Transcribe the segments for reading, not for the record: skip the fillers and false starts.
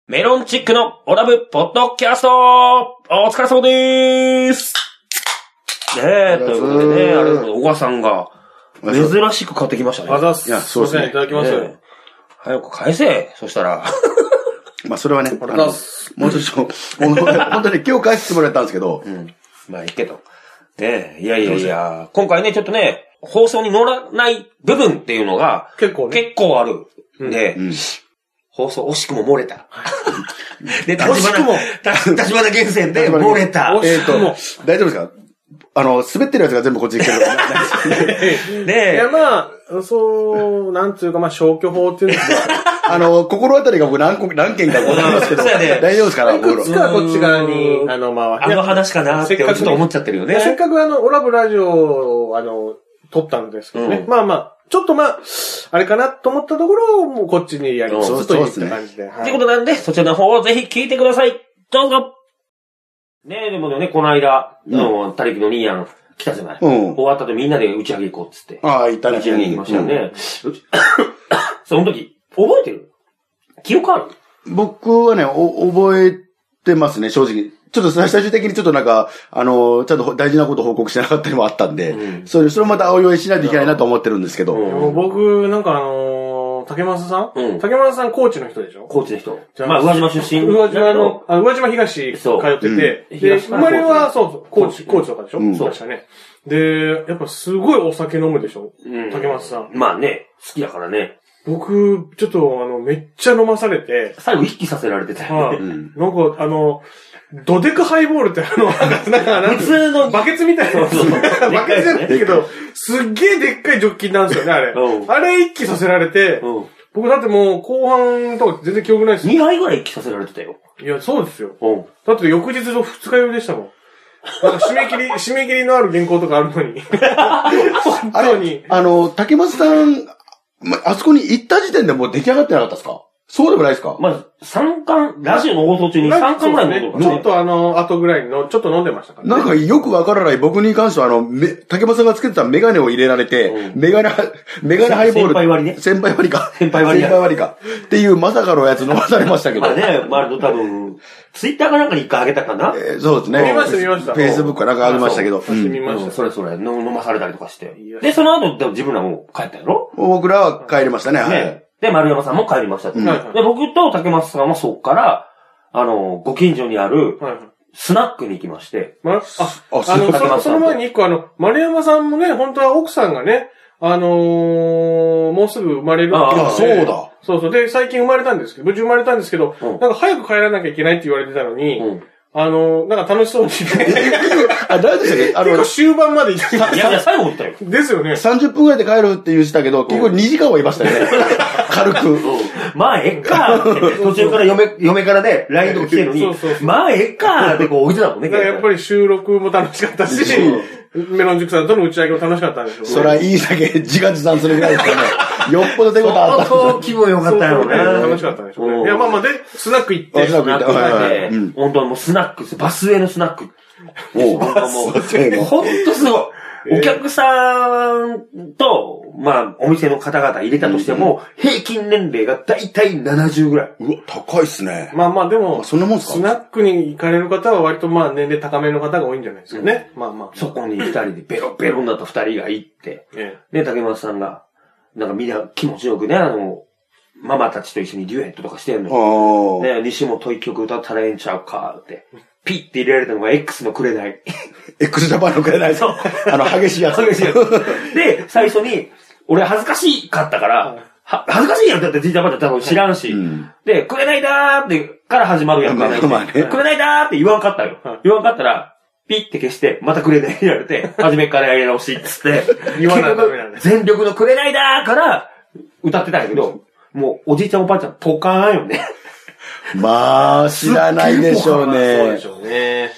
メロンチックのオラブポッドキャストお疲れ様でーすねえ、ということでね、あれですね、小川さんが珍しく買ってきましたね。 あざっす。 いや、そうですね。 いただきます。 ね、早く返せ、そしたら。 まあ、それはね、 ありがとうございます。 もうちょっと、本当に今日返すつもりだったんですけど。 うん。まあ、いいけど。ねえ、いや、今回ね、ちょっとね、放送に乗らない部分っていうのが、 結構ある。で、放送惜しくも漏れた。で、 惜しくも立花厳選で漏れた。 大丈夫ですか？滑ってるやつが全部こっちに来る。 ねえ。 いや、まあ、そう、なんつうか、まあ、消去法っていうんですか。 心当たりが僕何件かございますけど、大丈夫ですか？ いくつかこっち側に、まあ、 あの話かなってちょっと思っちゃってるよね。 せっかくオラブラジオを、撮ったんですけどね。まあ、ちょっとあれかなと思ったところを、もうこっちにやりつつといった感じで。 ということなんで、そちらの方をぜひ聞いてください。どうぞ。ねえ、でもね、この間、タリキのニーヤン来たじゃない。終わった後みんなで打ち上げ行こうっつって。 ああ、行ったね。 打ち上げ行きましたよね。その時、覚えてる？記憶ある？ 僕はね、覚えてますね、正直。ちょっと最終的にちょっとなんか、ちゃんと大事なこと報告しなかったりもあったんで、それまたお祝いしないといけないなと思ってるんですけど。 僕、なんか竹松さん竹松さん高知の人でしょ？ 高知の人。まあ、宇和島出身。 宇和島東通ってて、で、生まれは、高知とかでしょ？そうでしたね。で、やっぱすごいお酒飲むでしょ？竹松さん。 まあね、好きだからね。 僕、ちょっとめっちゃ飲まされて。 最後一気させられてたよね。 なんかドデカハイボールって普通のバケツみたいな。バケツじゃないけど、すっげえでっかいジョッキなんですよね、あれ。あれ一気させられて、僕だってもう後半とか全然記憶ないです。 2杯ぐらい一気させられてたよ。 いや、そうですよ。だって翌日の二日酔いでしたもん。なんか締め切りのある原稿とかあるのに。本当に。 竹松さん、あそこに行った時点でもう出来上がってなかったですか？そうでもないですか？ まあ、3巻、ラジオの放送中に3巻ぐらい飲んでましたね。 ちょっと後ぐらいの、ちょっと飲んでましたからね。 なんかよくわからない僕に関しては竹松さんがつけてたメガネを入れられて、メガネハイボール。 先輩割りね。 先輩割りか。 先輩割りか。 っていうまさかのやつ飲まされましたけど。 まあね、多分、ツイッターかなんかに一回あげたかな？ そうですね。 見ました。 フェイスブックかなんかあげましたけど。 見ました。 それ、飲まされたりとかして。で、その後、自分らも帰ったやろ？ 僕らは帰りましたね、はい。 で、丸山さんも帰りましたと。で、僕と竹松さんはそっから、ご近所にある、スナックに行きまして。 その前に一個丸山さんもね、本当は奥さんがね、もうすぐ生まれるっていうので。 そうだ。 そう。で、最近生まれたんですけど、無事生まれたんですけど、なんか早く帰らなきゃいけないって言われてたのに、なんか楽しそうにね。 誰でしたっけ？ 結構終盤まで行って。 いや、最後打ったよ。 ですよね。 30分ぐらいで帰るって言ってたけど、結構2時間はいましたよね。軽く。 まあ、えっかって。途中から嫁からね、LINE とか来てるのに、まあ、えっかってこう置いてたもんね。 やっぱり収録も楽しかったし、メロン塾さんとの打ち上げも楽しかったんでしょうね。 そりゃいい酒自画自賛するぐらいですかね。よっぽど手応えあった。 そう、気分良かったよね。 楽しかったんでしょうね。いや、まあで、スナック行って。 スナック行って、本当にもうスナック、バスへのスナック。ほんとすごい。お客さんと、まあ、お店の方々入れたとしても、平均年齢がだいたい70ぐらい。 うわ、高いっすね。 まあでも、 そんなもんすか？ スナックに行かれる方は割とまあ年齢高めの方が多いんじゃないですかね。まあ。 そこに二人でベロベロになった二人が行って、で、竹松さんが、なんかみんな気持ちよくね、ママたちと一緒にデュエットとかしてんのよ。ね、西本一曲歌ったらええんちゃうか、って。ピッて入れられたのが X のくれない。 X ジャパンのくれない。そう。激しいやつ。 激しいやつ。で、最初に、俺恥ずかしかったから、恥ずかしいやつだってジャパンって多分知らんし。で、くれないだーってから始まるやん。くれないだーって言わんかったよ。言わんかったら、ピッて消して、またくれないやられて、初めからやり直しっつって、 言わないとダメなんだ。 全力のくれないだーから歌ってたんやけど、もうおじいちゃんおばあちゃんポカーンよね。 まあ、知らないでしょうね。 そうでしょうね。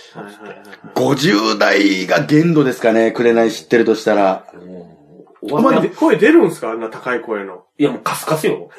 50代が限度ですかね、くれない知ってるとしたら。 声出るんすか？あんな高い声の。 いや、もうカスカスよ。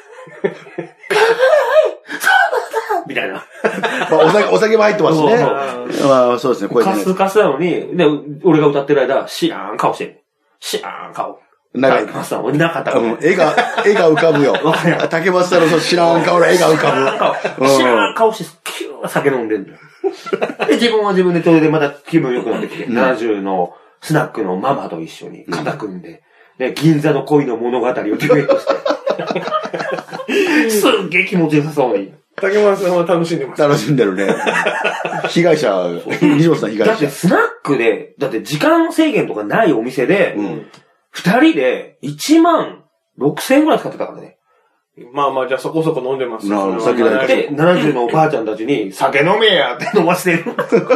みたいな。 お酒も入ってますしね。まあ、そうですね、 カスカスなのに、で、俺が歌ってる間、知らん顔してる。知らん顔。 なんか、さん、俺なかったから。 絵が浮かぶよ。竹松さんの知らん顔の絵が浮かぶ。知らん顔して、キュー酒飲んでんだよ。で、自分は自分でそれでまた気分良くなってきて、70のスナックのママと一緒に肩組んで、で、銀座の恋の物語をデュエットして、すっげえ気持ちよさそうに。 竹松さんは楽しんでます。 楽しんでるね。被害者、西本さん被害者。 だってスナックで、だって時間制限とかないお店で、二人で1万6000円ぐらい使ってたからね。 まあまあ、じゃあそこそこ飲んでます。 なるほど。酒だで、70のおばあちゃんたちに、酒飲めやって飲ませてる。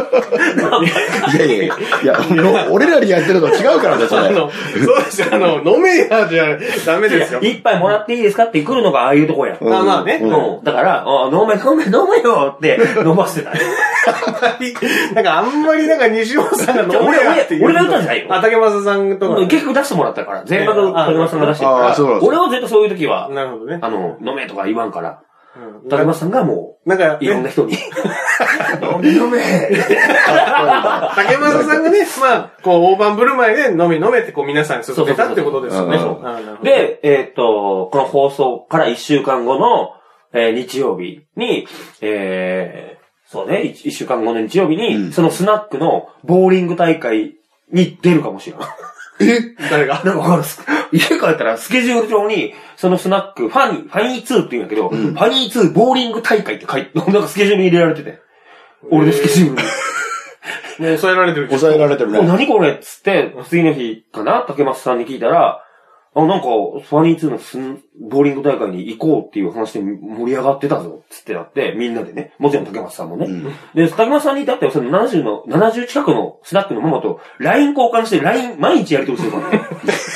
いや、俺らにやってるのと違うからね、それ。 そうですよ、飲めやじゃダメですよ。 一杯もらっていいですかって来るのがああいうとこや。 まあね。 だから、飲めよって飲ませてた。 なんかあんまりなんか西本さんが飲めやって言う。 俺が言ったんじゃないよ。 竹松さんとか。 結局出してもらったから。全額竹松さんが出してるから。俺は絶対そういう時は。 なるほどね。 飲めとか言わんから。竹松さんがもう、なんか、いろんな人に。飲め竹松さんがね、まあ、こう、大盤振る舞いで飲めってこう皆さんに勧めたってことですよね。 で、この放送から1週間後の、日曜日に、そうね、1週間後の日曜日に、そのスナックのボーリング大会に出るかもしれない。 誰がなんかわかる。家帰ったらスケジュール上に、そのスナック、ファニー2って言うんだけど、ファニー2ボーリング大会って書いて、なんかスケジュールに入れられてて。俺のスケジュールに。 もう抑えられてる。 抑えられてるね。 何これっつって、次の日かな竹松さんに聞いたら、なんか、ファニー2のボーリング大会に行こうっていう話で盛り上がってたぞ、つってなって、みんなでね。もちろん竹松さんもね。で、竹松さんに至っては、その70近くのスナックのママと LINE 交換して LINE 毎日やり取りしてるからね。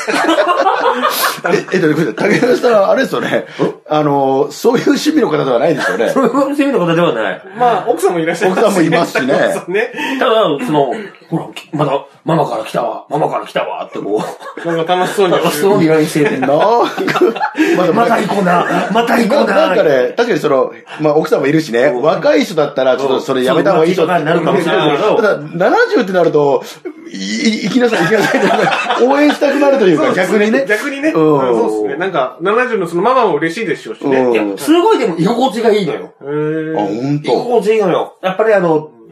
竹松さんはあれですよね。そういう趣味の方ではないですよね。 そういう趣味の方ではない。 まあ、奥さんもいらっしゃいます。 奥さんもいますしね。 ただ、ほら、まだ、ママから来たわってこう。 なんか楽しそうに。 楽しそうに LINE してて。また行こうな。 なんかね、確かにまあ奥さんもいるしね、若い人だったらちょっとそれやめた方がいい人ってなるかもしれないけど。 ただ、70ってなると、行きなさいって応援したくなるというか、逆にね。 逆にね。そうですね。なんか、70のそのママも嬉しいでしょうしね。 いや、すごいでも居心地がいいのよ。 ほんと。 居心地いいのよ。やっぱり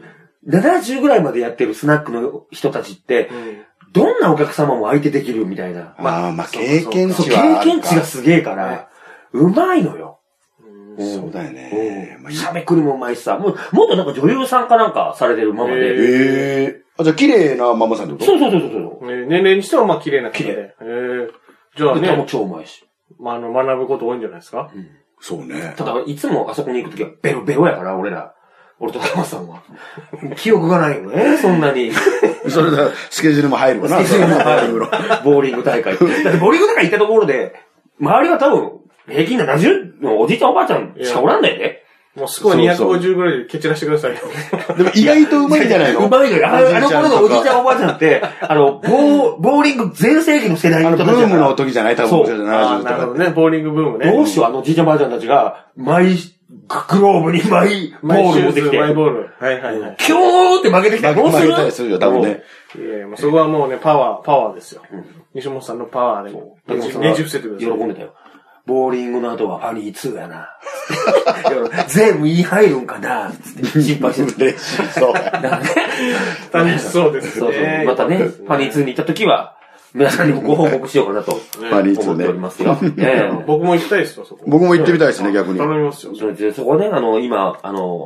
70ぐらいまでやってるスナックの人たちって、どんなお客様も相手できるみたいな。 まあ、経験値がすげえから、うまいのよ。 そうだよね。 しゃべくりもうまいしさ。もっとなんか女優さんかなんかされてるママで。 じゃあ綺麗なママさんってこと？ そう。 年齢にしてはまあ綺麗な方で。じゃあね。 も超うまいし。 まあ学ぶこと多いんじゃないですか？ そうね。 ただ、いつもあそこに行くときはベロベロやから、俺と玉さんは。記憶がないよね、そんなに。 それで、スケジュールも入るわな。 スケジュールも入る。ボーリング大会。だってボーリング大会行ったところで、周りは多分、平均70のおじいちゃんおばあちゃんしかおらんだよね。 もうスコア250ぐらいで蹴散らしてくださいよ。 でも意外とうまいんじゃないの？ うまいのよ。あの頃のおじいちゃんおばあちゃんって、ボーリング全盛期の世代の人たち。 ブームの時じゃない？多分。 そう。なるほどね。ボーリングブームね。 どうしよう、じいちゃんおばあちゃんたちが、グローブにマイボール持ってきて。 マイボール。はい。 キョーって負けてきたらどうする？ 負けたりするよ、多分ね。 いやもうそこはもうね、パワーですよ。西本さんのパワーで。ねじ伏せてください。 喜んでたよ。ボーリングの後はファニー2やな。全部言い入るんかなって心配してて。 そう。 楽しそうですね。 またね、ファニー2に行った時は、皆さんにもご報告しようかなと思っておりますよ。 僕も行きたいですよ、そこ。 僕も行ってみたいですね、逆に。 頼みますよ。 そこね、今、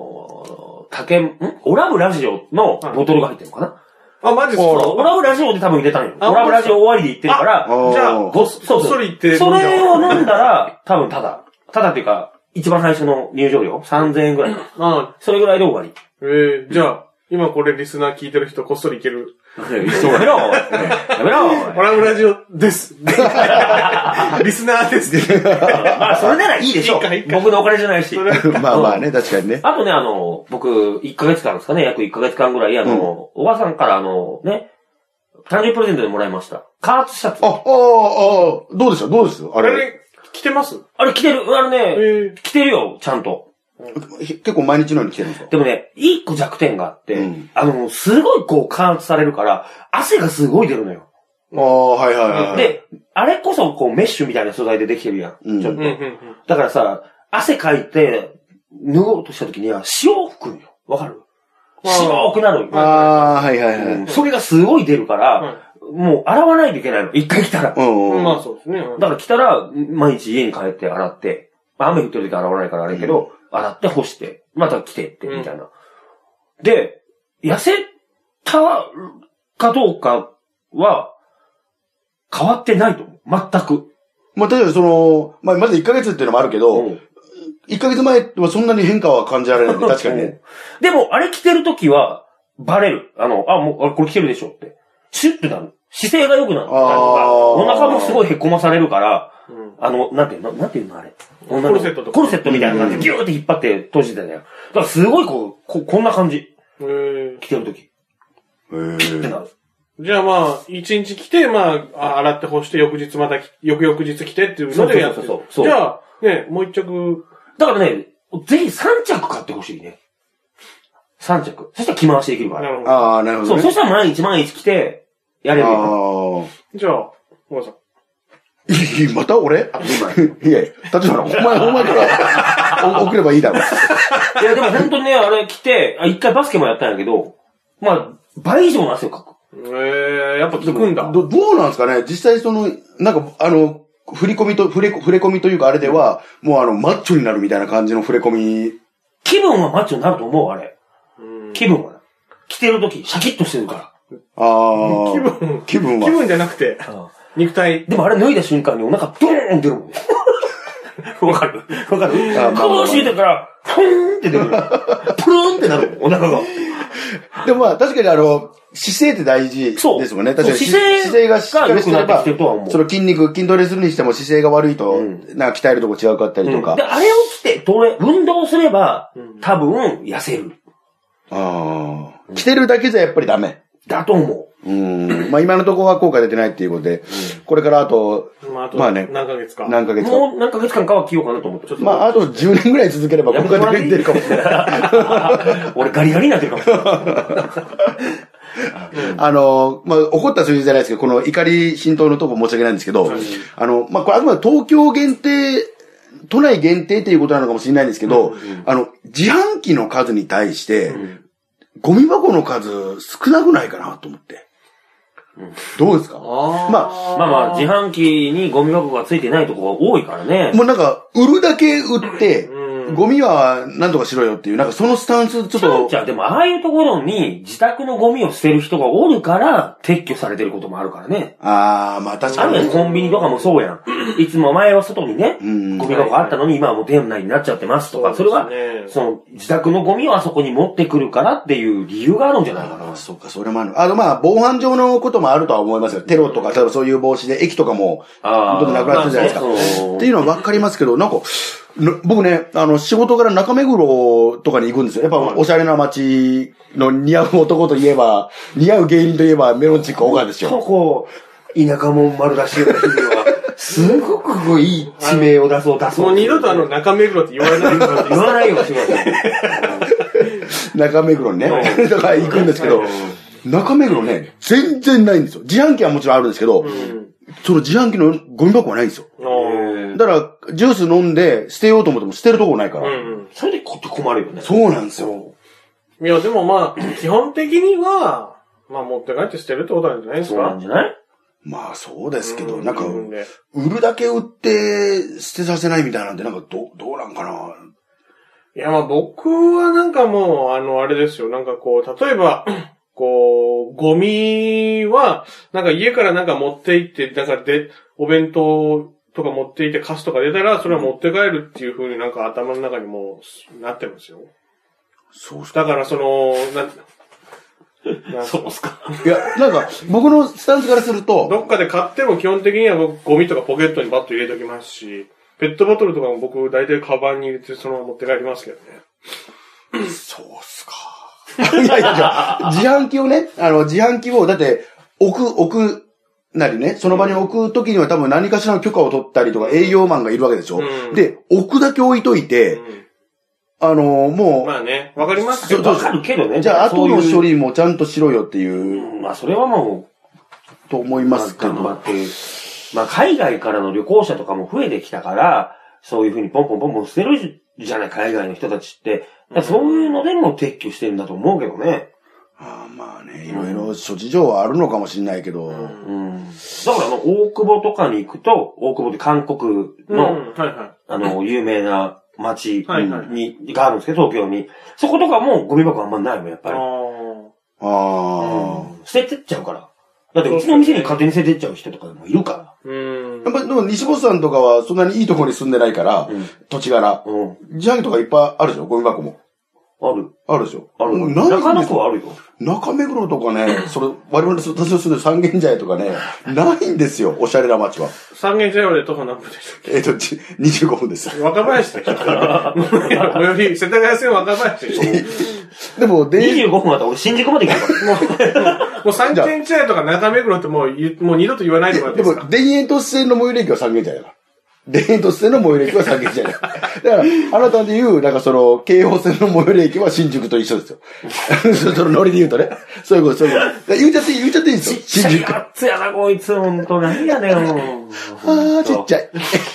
オラブラジオのボトルが入ってるのかな？ あ、マジですか？ オラブラジオで多分入れたんよ。オラブラジオ終わりで言ってるから、 じゃあ、こっそり言って。 それを飲んだら、多分ただっていうか、一番最初の入場料3000円ぐらい。それぐらいで終わり。 じゃあ、今これリスナー聞いてる人こっそりいける。 やめろオラブラジオです。リスナーです。 まあ、それならいいでしょ。僕のお金じゃないし。 まあね、確かにね。 あとね、僕、1ヶ月間ですかね、約1ヶ月間ぐらい、おばさんからね、誕生日プレゼントでもらいました。カーツシャツ。 どうでしたあれ着てます？ あれ着てる。着てるよ、ちゃんと。 結構毎日のように着てるんですか？ でもね、一個弱点があって、すごいこう、加圧されるから、汗がすごい出るのよ。 はいはいはい。 で、あれこそこうメッシュみたいな素材でできてるやん。ちょっと。だからさ、汗かいて、脱ごうとした時には塩を吹くんよ。わかる？白くなる。 はいはいはい。 それがすごい出るから、もう洗わないといけないの。一回来たら。 まあそうですね。 だから来たら、毎日家に帰って洗って、雨降ってる時洗わないからあれけど、洗って干して、また来てって、みたいな。で、痩せたかどうかは、変わってないと思う。全く。 まあ、例えばまず1ヶ月っていうのもあるけど、1ヶ月前はそんなに変化は感じられないんで、確かにね。 でも、あれ着てるときは、バレる。もう、これ着てるでしょって。シュッてなる。姿勢が良くなる。お腹もすごい凹まされるから、なんていうのあれ。 コルセットとか。 コルセットみたいな感じでギューって引っ張って閉じてたよ。だからすごいこんな感じ。着てるとき。ってなる。 じゃあまあ、1日着て、まあ、洗って干して、翌日また、翌々日着てっていうのでやってる。じゃあ、ね、もう1着。 だからね、ぜひ3着買ってほしいね。3着。そしたら着回しできるから。 なるほど。 そしたら毎日着て、やれるよ。 じゃあ、小川さん。 また俺いや、立花、お前から送ればいいだろ。 いや、でも本当にね、あれ着て、一回バスケもやったんやけど、まあ、倍以上の汗をかく。 やっぱ効くんだ。 どうなんですかね実際なんか、振り込みというかあれでは、もうマッチョになるみたいな感じの触れ込み。 気分はマッチョになると思う、あれ。気分は。着てるとき、シャキッとしてるから。 気分は。 気分じゃなくて、肉体。 でもあれ脱いだ瞬間にお腹ドーン出るもん。わかるこうしてたから、ふーんって出る。プルーンってなるもん、お腹が。 でもまあ、確かに姿勢って大事ですもんね。確かに姿勢がしっかりしてれば、その筋トレするにしても姿勢が悪いと、なんか鍛えるとこ違うかったりとか。 で、あれを着て、運動すれば、多分、痩せる。 着てるだけじゃやっぱりダメ。 だと思う。 まあ今のところは効果出てないっていうことで、これからあと、 まあね。何ヶ月か。 もう何ヶ月間かは着ようかなと思って。 まああと10年ぐらい続ければ効果出てるかもしれない。 俺ガリガリになってるかもしれない。 まあ怒った数字じゃないですけど、この怒り浸透のとこ申し訳ないんですけど、まあこれあくまで東京限定、都内限定っていうことなのかもしれないんですけど、自販機の数に対して、ゴミ箱の数少なくないかなと思って。どうですか？ まあ、自販機にゴミ箱がついてないところが多いからね。 もうなんか、売るだけ売って、ゴミは何とかしろよっていう、なんかそのスタンスちょっと。 じゃあでもああいうところに自宅のゴミを捨てる人がおるから撤去されてることもあるからね。 まあ確かに。 あるコンビニとかもそうやん。いつも前は外にね、ゴミ箱あったのに今はもう店内になっちゃってますとか、それは、自宅のゴミをあそこに持ってくるからっていう理由があるんじゃないかな。 そうか、それもある。まあ、防犯上のこともあるとは思いますよ。テロとか、例えばそういう防止で駅とかも、どんどんなくなってるじゃないですか。っていうのはわかりますけど、なんか、僕ね、仕事から中目黒とかに行くんですよ。やっぱおしゃれな街の似合う男といえば、似合う芸人といえばメロンチック岡ですよ。 こう、田舎もん丸出しような日には、すごくいい地名を出そう。 もう二度と中目黒って言わないようにします。 中目黒ね。だから行くんですけど、中目黒ね、全然ないんですよ。自販機はもちろんあるんですけど、その自販機のゴミ箱はないんですよ。だから、ジュース飲んで捨てようと思っても捨てるとこないから。 それで困るよね。 そうなんですよ。 いや、でもまあ、基本的には、まあ持って帰って捨てるってことなんじゃないですか。 そうなんじゃない？ まあそうですけど、なんか、売るだけ売って捨てさせないみたいなんで、なんかどうなんかな。 いや、まあ僕はなんかもう、あれですよ。なんかこう、例えば、ゴミは、なんか家からなんか持って行って、なんかお弁当とか持って行ってカスとか出たら、それは持って帰るっていう風になんか頭の中にもなってますよ。 そうすか。 だからそうっすか。 いや、なんか、僕のスタンスからすると、 どっかで買っても基本的には僕ゴミとかポケットにバッと入れときますし、ペットボトルとかも僕大体カバンに入れてそのまま持って帰りますけどね。 そうっすか。いや、自販機をね、自販機を、だって、置くなりね、その場に置くときには多分何かしらの許可を取ったりとか営業マンがいるわけでしょ。で、置くだけ置いといて、もう。 まあね、わかりますわかるけどね。 じゃあ、後の処理もちゃんとしろよっていう。 まあ、それはもう、 と思いますけど。 まあ、海外からの旅行者とかも増えてきたから、そういうふうにポンポン捨てるじゃない、海外の人たちって。そういうのでも撤去してるんだと思うけどね。 まあね、いろいろ諸事情はあるのかもしれないけど。 だから大久保とかに行くと、大久保って韓国の、有名な街があるんですけど、東京に。そことかもゴミ箱あんまないもん、やっぱり。捨ててっちゃうから。だってうちの店に勝手に捨ててっちゃう人とかもいるから。 やっぱでも西本さんとかはそんなにいいところに住んでないから、土地柄。自販機とかいっぱいあるでしょ、ゴミ箱も。あるでしょ。 中野区はあるよ。 中目黒とかね、我々私の住んでる三軒茶屋とかね、ないんですよ、おしゃれな街は。 三軒茶屋で徒歩何分でしたっけ 25分です。 若林でしょ最寄り、世田谷線若林でしょでも、25分あったら俺新宿まで行くから。 もう三軒茶屋とか中目黒ってもう二度と言わないでもらっていいですか。 でも、田園都市線の最寄り駅は三軒茶屋だから。田園都市線の最寄り駅は三軒茶屋だから。だから、あなたで言う、京王線の最寄り駅は新宿と一緒ですよ。そのノリで言うとね。そういうこと。言っちゃっていいんですよ。 新宿。ちっちゃいやつやな、こいつ、ほんと。何やねん、もう。 ちっちゃい。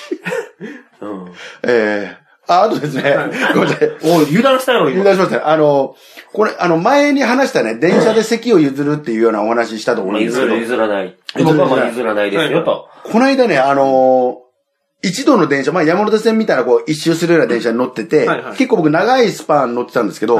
あとですね。ごめんなさい。 油断したよ、 油断しました。これ、前に話したね、電車で席を譲るっていうようなお話したと思うんですけど。 譲らない。僕は譲らないですよ、と。 この間ね、一度の電車、山手線みたいな一周するような電車に乗ってて、結構僕長いスパン乗ってたんですけど、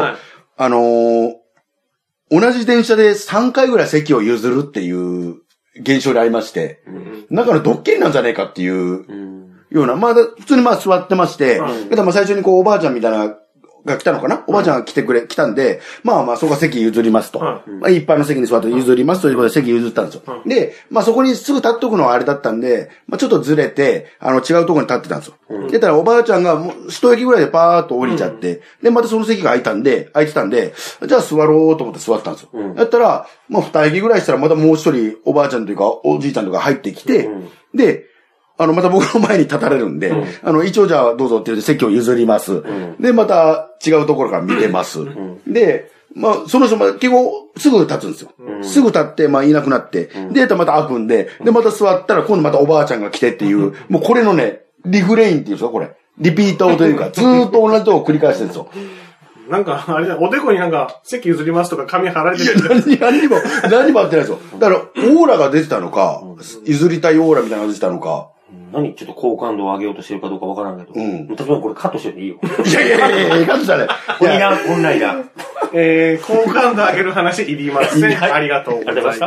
同じ電車で3回ぐらい席を譲るっていう現象でありまして、中のドッキリなんじゃねえかっていう、ような、普通に座ってまして、最初におばあちゃんみたいなが来たのかな、おばあちゃんが来たんで、そこは席譲りますと。一般の席に座って譲りますということで席譲ったんですよ。で、そこにすぐ立っとくのはあれだったんで、ちょっとずれて、違うところに立ってたんですよ。で、たらおばあちゃんが一駅ぐらいでパーッと降りちゃって、で、またその席が空いてたんで、じゃあ座ろうと思って座ったんですよ。だったら、二駅ぐらいしたらまたもう一人おばあちゃんというか、おじいちゃんとか入ってきて、で、また僕の前に立たれるんで、一応じゃあどうぞって言って席を譲ります。で、また違うところから見てます。で、その人も結構すぐ立つんですよ。すぐ立って、いなくなって、で、また開くんで、で、また座ったら今度またおばあちゃんが来てっていう、もうこれのね、リフレインっていうんですか、これ。リピーターというか、ずーっと同じとこを繰り返してるんですよ。 あれだ、おでこに席譲りますとか紙貼られてる。 何にもあってないですよ。だから、オーラが出てたのか、譲りたいオーラみたいなのが出てたのか、 ちょっと好感度を上げようとしてるかどうかわからんけど。例えばこれカットしてていいよ。 いや、カットしたね。 本来だ。 好感度上げる話いりません。ありがとうございました。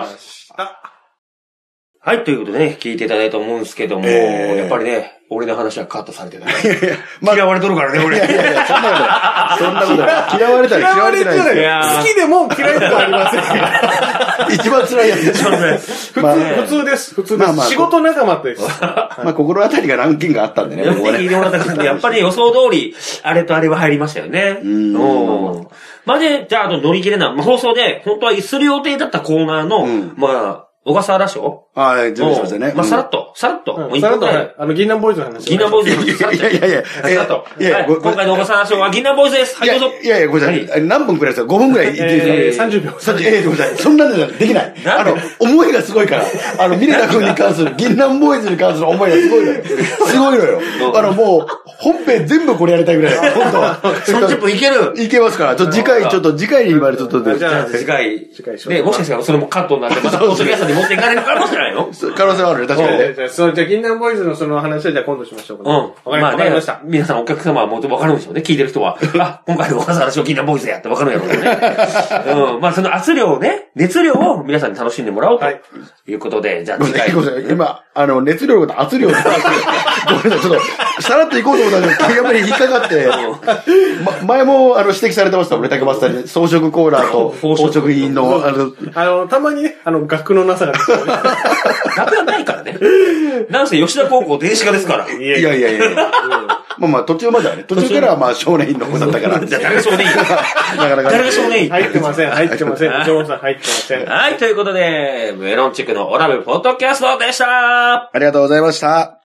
はい、ということでね、聞いていただいたと思うんですけども、やっぱりね、俺の話はカットされてない。嫌われとるからね、俺。 そんなことない。嫌われたら嫌われてないですよ。 好きでも嫌いでもありませんから。 一番辛いやつですよね。普通です。普通です。仕事仲間です。 心当たりが何件かあったんでね。 聞いてもらったけど、やっぱり予想通り、あれとあれは入りましたよね。じゃあ、乗り切れない。放送で、本当はする予定だったコーナーの、小笠原賞全部しましたね。 さらっと。 さらっと、銀杏ボーイズの話。 銀杏ボーイズの話。 いや。 さらっと。今回の小笠原賞は銀杏ボーイズです。はい、どうぞ。 いや、ごめんなさい。何分くらいですか ?5 分くらい言っていいですか ?30 秒。 ごめんなさい。そんなんでできない。思いがすごいから。ミネタ君に関する、銀杏ボーイズに関する思いがすごいのよ。すごいのよ。もう、本編全部これやりたいぐらい。本当は。 30分いける。 いけますから。次回に言われてじゃあ、次回。で、もしかしたらそれもカットになって、またポッドキャストに持っていかれるかもしれないの可能性はあるね、確かにね。 じゃあ、銀杏ボーイズのその話はじゃあ今度しましょう。わかりました。 皆さんお客様はもうわかるんでしょうね。聞いてる人は。今回の小笠原賞銀杏ボーイズやってわかるんやろうね。その熱量を皆さんに楽しんでもらおうということで、じゃあ次回。 今、熱量と圧量と、ごめんなさい、ちょっと、さらっと行こうと思ったんだけど、やっぱり引っかかって、前も指摘されてました、俺竹松さんに。装飾コーラーと宝飾品の、 たまにね、学のなさが。 学がないからね。なんせ吉田高校電子科ですから。 いや。途中まではね、途中からは少年院の子だったから。 じゃあ誰が少年院誰が少年院入ってません。ジョーさん入ってません。 はい、ということで、メロンチックのオラブポッドキャストでした。 ありがとうございました。